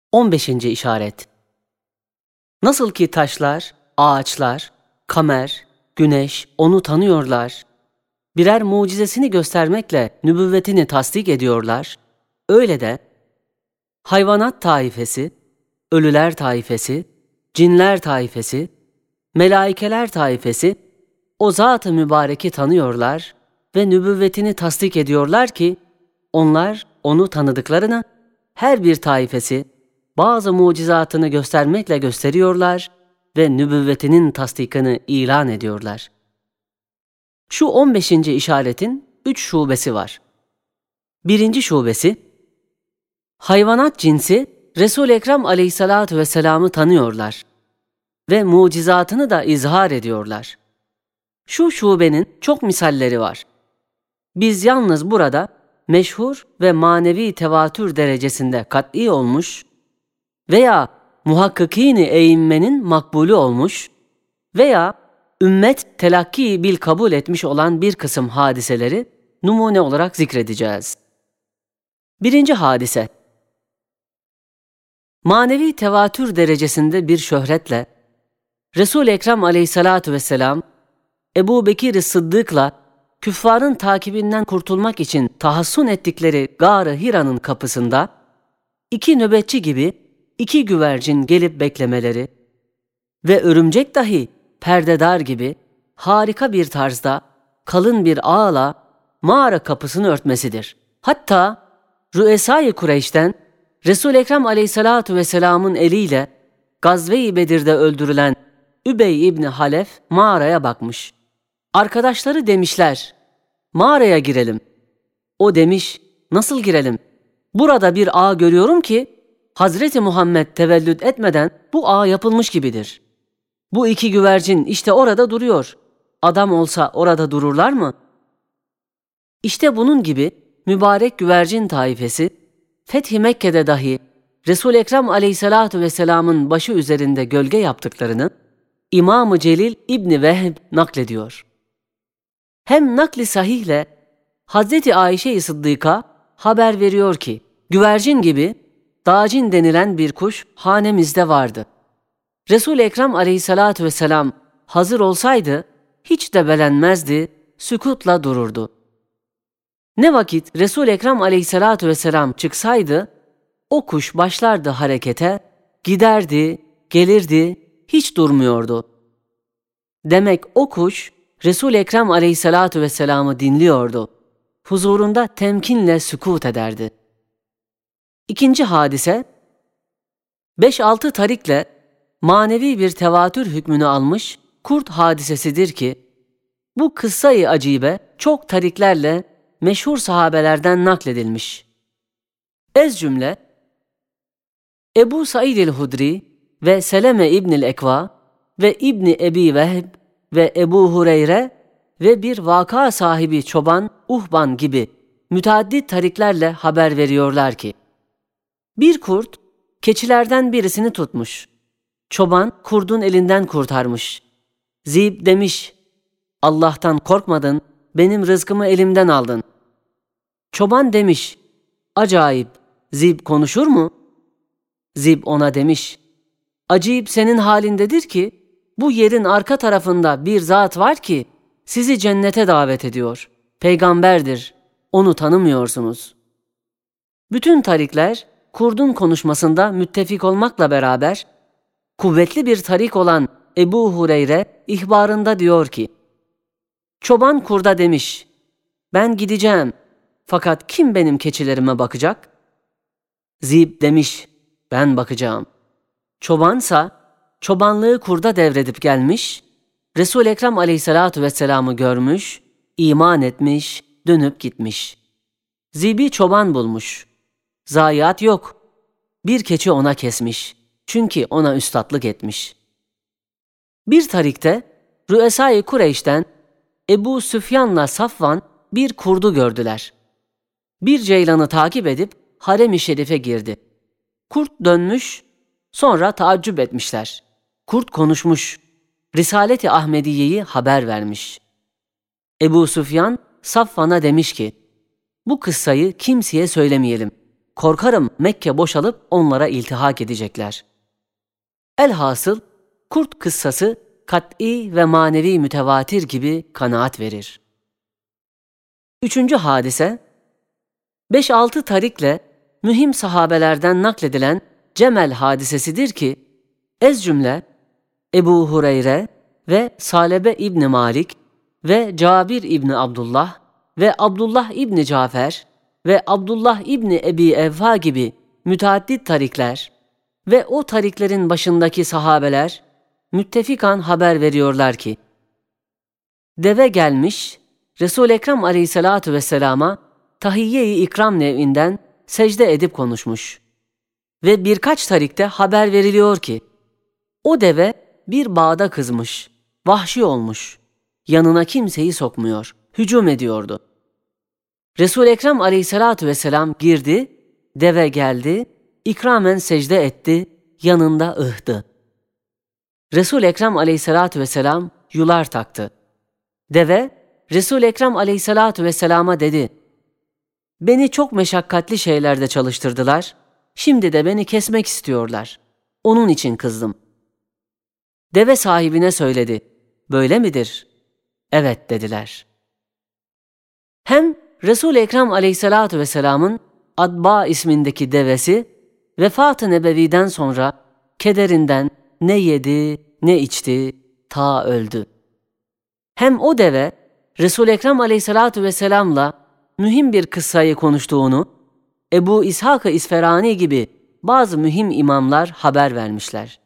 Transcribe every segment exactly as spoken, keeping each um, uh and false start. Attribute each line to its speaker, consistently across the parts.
Speaker 1: on beşinci işaret. Nasıl ki taşlar, ağaçlar, kamer, güneş onu tanıyorlar, birer mucizesini göstermekle nübüvvetini tasdik ediyorlar, öyle de hayvanat taifesi, ölüler taifesi, cinler taifesi, melaikeler taifesi o zat-ı mübareki tanıyorlar ve nübüvvetini tasdik ediyorlar ki onlar onu tanıdıklarına her bir taifesi bazı mucizatını göstermekle gösteriyorlar ve nübüvvetinin tasdikini ilan ediyorlar. Şu on beşinci işaretin üç şubesi var. Birinci şubesi, hayvanat cinsi Resul-i Ekrem aleyhissalatu vesselam'ı tanıyorlar ve mucizatını da izhar ediyorlar. Şu şubenin çok misalleri var. Biz yalnız burada meşhur ve manevi tevatür derecesinde kat'i olmuş veya muhakkikîn-i eimmenin makbulü olmuş veya ümmet telakki bil kabul etmiş olan bir kısım hadiseleri numune olarak zikredeceğiz. Birinci hadise, manevi tevatür derecesinde bir şöhretle Resul-i Ekrem aleyhissalatu vesselam Ebu Bekir Sıddık'la küffarın takibinden kurtulmak için tahassun ettikleri Gâr-ı Hira'nın kapısında iki nöbetçi gibi iki güvercin gelip beklemeleri ve örümcek dahi perdedar gibi harika bir tarzda kalın bir ağla mağara kapısını örtmesidir. Hatta Rüesâ-i Kureyş'ten Resul-i Ekrem aleyhissalatu vesselam'ın eliyle Gazve-i Bedir'de öldürülen Übey İbni Halef mağaraya bakmış. Arkadaşları demişler, mağaraya girelim. O demiş, nasıl girelim? Burada bir ağ görüyorum ki Hazreti Muhammed tevellüt etmeden bu ağ yapılmış gibidir. Bu iki güvercin işte orada duruyor. Adam olsa orada dururlar mı? İşte bunun gibi mübarek güvercin taifesi Fethi Mekke'de dahi Resul-i Ekrem aleyhissalatu vesselam'ın başı üzerinde gölge yaptıklarını İmam-ı Celil İbni Vehb naklediyor. Hem nakli sahihle Hazreti Ayşe-i Sıddık'a haber veriyor ki güvercin gibi dağcin denilen bir kuş hanemizde vardı. Resul-i Ekrem aleyhissalatu vesselam hazır olsaydı hiç de belenmezdi, sükutla dururdu. Ne vakit Resul-i Ekrem aleyhissalatu vesselam çıksaydı o kuş başlardı harekete, giderdi, gelirdi, hiç durmuyordu. Demek o kuş Resul-i Ekrem aleyhissalatu vesselam'ı dinliyordu. Huzurunda temkinle sükut ederdi. İkinci hadise, beş altı tarikle manevi bir tevatür hükmünü almış kurt hadisesidir ki, bu kıssa-i acibe çok tariklerle meşhur sahabelerden nakledilmiş. Ez cümle, Ebu Said el-Hudri ve Seleme İbnül Ekva ve İbni Ebi Vehb ve Ebu Hureyre ve bir vaka sahibi çoban Uhban gibi müteaddit tariklerle haber veriyorlar ki, bir kurt keçilerden birisini tutmuş. Çoban kurdun elinden kurtarmış. Zib demiş, Allah'tan korkmadın, benim rızkımı elimden aldın. Çoban demiş, acayip, Zib konuşur mu? Zib ona demiş, acayip senin halindedir ki, bu yerin arka tarafında bir zat var ki, sizi cennete davet ediyor. Peygamberdir, onu tanımıyorsunuz. Bütün tarikler, kurdun konuşmasında müttefik olmakla beraber, kuvvetli bir tarik olan Ebu Hureyre ihbarında diyor ki, çoban kurda demiş, ben gideceğim, fakat kim benim keçilerime bakacak? Zib demiş, ben bakacağım. Çobansa, çobanlığı kurda devredip gelmiş, Resul-i Ekrem aleyhissalatu vesselam'ı görmüş, iman etmiş, dönüp gitmiş. Zib'i çoban bulmuş. Zayiat yok. Bir keçi ona kesmiş. Çünkü ona üstatlık etmiş. Bir tarikte Rüesâ-i Kureyş'ten Ebu Süfyan'la Safvan bir kurdu gördüler. Bir ceylanı takip edip harem-i şerife girdi. Kurt dönmüş, sonra taaccüp etmişler. Kurt konuşmuş, Risalet-i Ahmediye'yi haber vermiş. Ebu Süfyan Safvan'a demiş ki, bu kıssayı kimseye söylemeyelim. korkarım Mekke boşalıp onlara iltihak edecekler. Elhasıl kurt kıssası kat'i ve manevi mütevatir gibi kanaat verir. Üçüncü hadise, beş altı tarikle mühim sahabelerden nakledilen Cemel hadisesidir ki, ez cümle Ebu Hureyre ve Salebe İbni Malik ve Cabir İbni Abdullah ve Abdullah İbni Cafer ve Abdullah İbni Ebi Evfa gibi müteaddit tarikler ve o tariklerin başındaki sahabeler müttefikan haber veriyorlar ki, deve gelmiş, Resul-i Ekrem aleyhissalatu vesselama tahiyye-i ikram nevinden secde edip konuşmuş. Ve birkaç tarikte haber veriliyor ki, o deve bir bağda kızmış, vahşi olmuş, yanına kimseyi sokmuyor, hücum ediyordu. Resul-i Ekrem aleyhissalatu vesselam girdi, deve geldi, ikramen secde etti, yanında ıhtı. Resul-i Ekrem aleyhissalatu vesselam yular taktı. Deve, Resul-i Ekrem aleyhissalatu vesselama dedi, beni çok meşakkatli şeylerde çalıştırdılar, şimdi de beni kesmek istiyorlar. Onun için kızdım. Deve sahibine söyledi, böyle midir? Evet dediler. Hem Resul-i Ekrem aleyhissalatu vesselamın Adba ismindeki devesi, vefat-ı nebeviden sonra kederinden ne yedi ne içti ta öldü. Hem o deve Resul-i Ekrem aleyhissalatu vesselamla mühim bir kıssayı konuştuğunu Ebu İshak-ı İsferani gibi bazı mühim imamlar haber vermişler.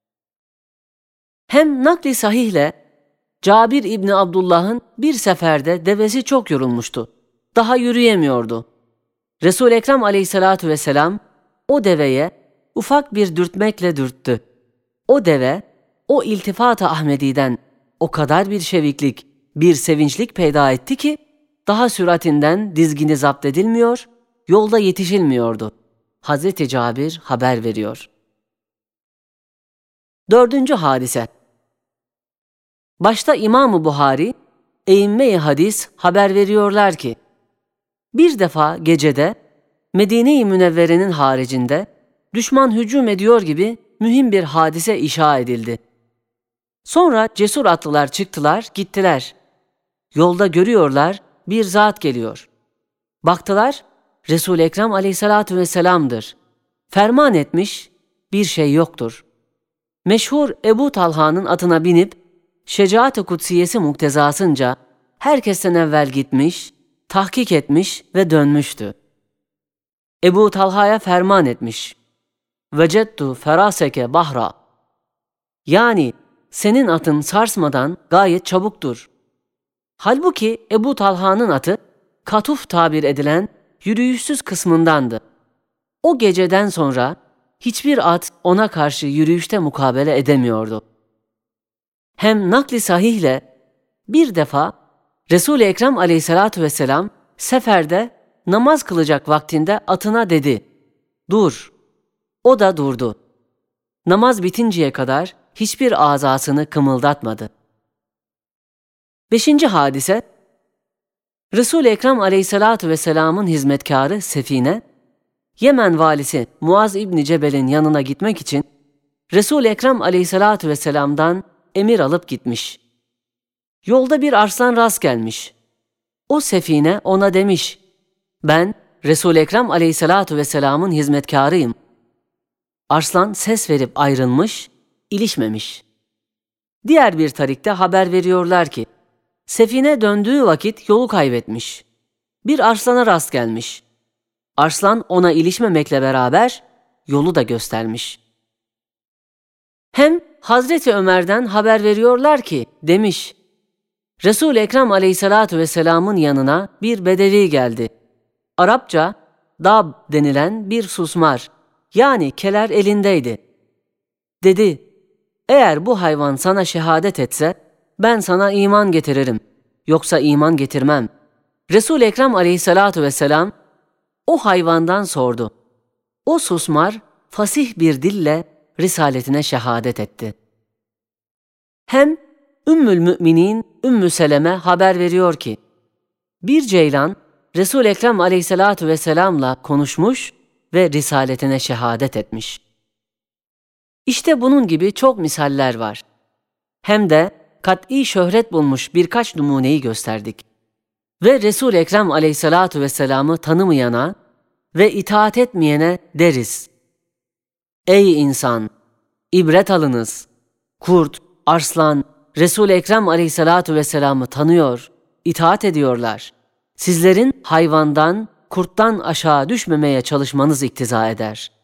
Speaker 1: Hem nakli sahihle Cabir İbni Abdullah'ın bir seferde devesi çok yorulmuştu. Daha yürüyemiyordu. Resul-i Ekrem aleyhissalatu vesselam o deveye ufak bir dürtmekle dürttü. O deve o iltifat-ı Ahmedi'den o kadar bir şeviklik, bir sevinçlik peyda etti ki daha süratinden dizgini zapt edilmiyor, yolda yetişilmiyordu. Hazreti Cabir haber veriyor. Dördüncü hadise. Başta İmam-ı Buhari, Eîmme-i Hadis haber veriyorlar ki, bir defa gecede Medine-i Münevvere'nin haricinde düşman hücum ediyor gibi mühim bir hadise inşa edildi. Sonra cesur atlılar çıktılar, gittiler. Yolda görüyorlar, bir zat geliyor. Baktılar, Resul-i Ekrem aleyhissalatu vesselam'dır. Ferman etmiş, bir şey yoktur. Meşhur Ebu Talha'nın atına binip, şecaat-ı kutsiyesi muktezasınca herkesten evvel gitmiş, tahkik etmiş ve dönmüştü. Ebu Talha'ya ferman etmiş. Vecettu feraseke bahra. Yani senin atın sarsmadan gayet çabuktur. Halbuki Ebu Talha'nın atı katuf tabir edilen yürüyüşsüz kısmındandı. O geceden sonra hiçbir at ona karşı yürüyüşte mukabele edemiyordu. Hem nakli sahihle bir defa Resul-i Ekrem aleyhissalatu vesselam seferde namaz kılacak vaktinde atına dedi, dur. O da durdu. Namaz bitinceye kadar hiçbir azasını kımıldatmadı. Beşinci hadise, Resul-i Ekrem aleyhissalatu vesselamın hizmetkarı Sefine, Yemen valisi Muaz İbni Cebel'in yanına gitmek için Resul-i Ekrem aleyhissalatu vesselam'dan emir alıp gitmiş. Yolda bir arslan rast gelmiş. O Sefine ona demiş, ben Resul-i Ekrem aleyhissalatu vesselamın hizmetkarıyım. Arslan ses verip ayrılmış, ilişmemiş. Diğer bir tarikte haber veriyorlar ki, Sefine döndüğü vakit yolu kaybetmiş. Bir arslana rast gelmiş. Arslan ona ilişmemekle beraber yolu da göstermiş. Hem Hazreti Ömer'den haber veriyorlar ki, demiş, Resul-i Ekrem aleyhissalatu vesselamın yanına bir bedevi geldi. Arapça dab denilen bir susmar, yani keler elindeydi. Dedi, eğer bu hayvan sana şehadet etse, ben sana iman getiririm, yoksa iman getirmem. Resul-i Ekrem aleyhissalatu vesselam o hayvandan sordu. O susmar fasih bir dille risaletine şehadet etti. Hem Ümmül Müminin Ümmü Seleme haber veriyor ki, bir ceylan Resul-i Ekrem aleyhissalatu vesselam'la konuşmuş, ve risaletine şehadet etmiş. İşte bunun gibi çok misaller var. Hem de kat'i şöhret bulmuş birkaç numuneyi gösterdik. Ve Resul-i Ekrem aleyhissalatu vesselam'ı tanımayana ve itaat etmeyene deriz: Ey insan! İbret alınız. Kurt, arslan, Resul-i Ekrem aleyhissalatu vesselam'ı tanıyor, itaat ediyorlar. Sizlerin hayvandan, kurttan aşağı düşmemeye çalışmanız iktiza eder.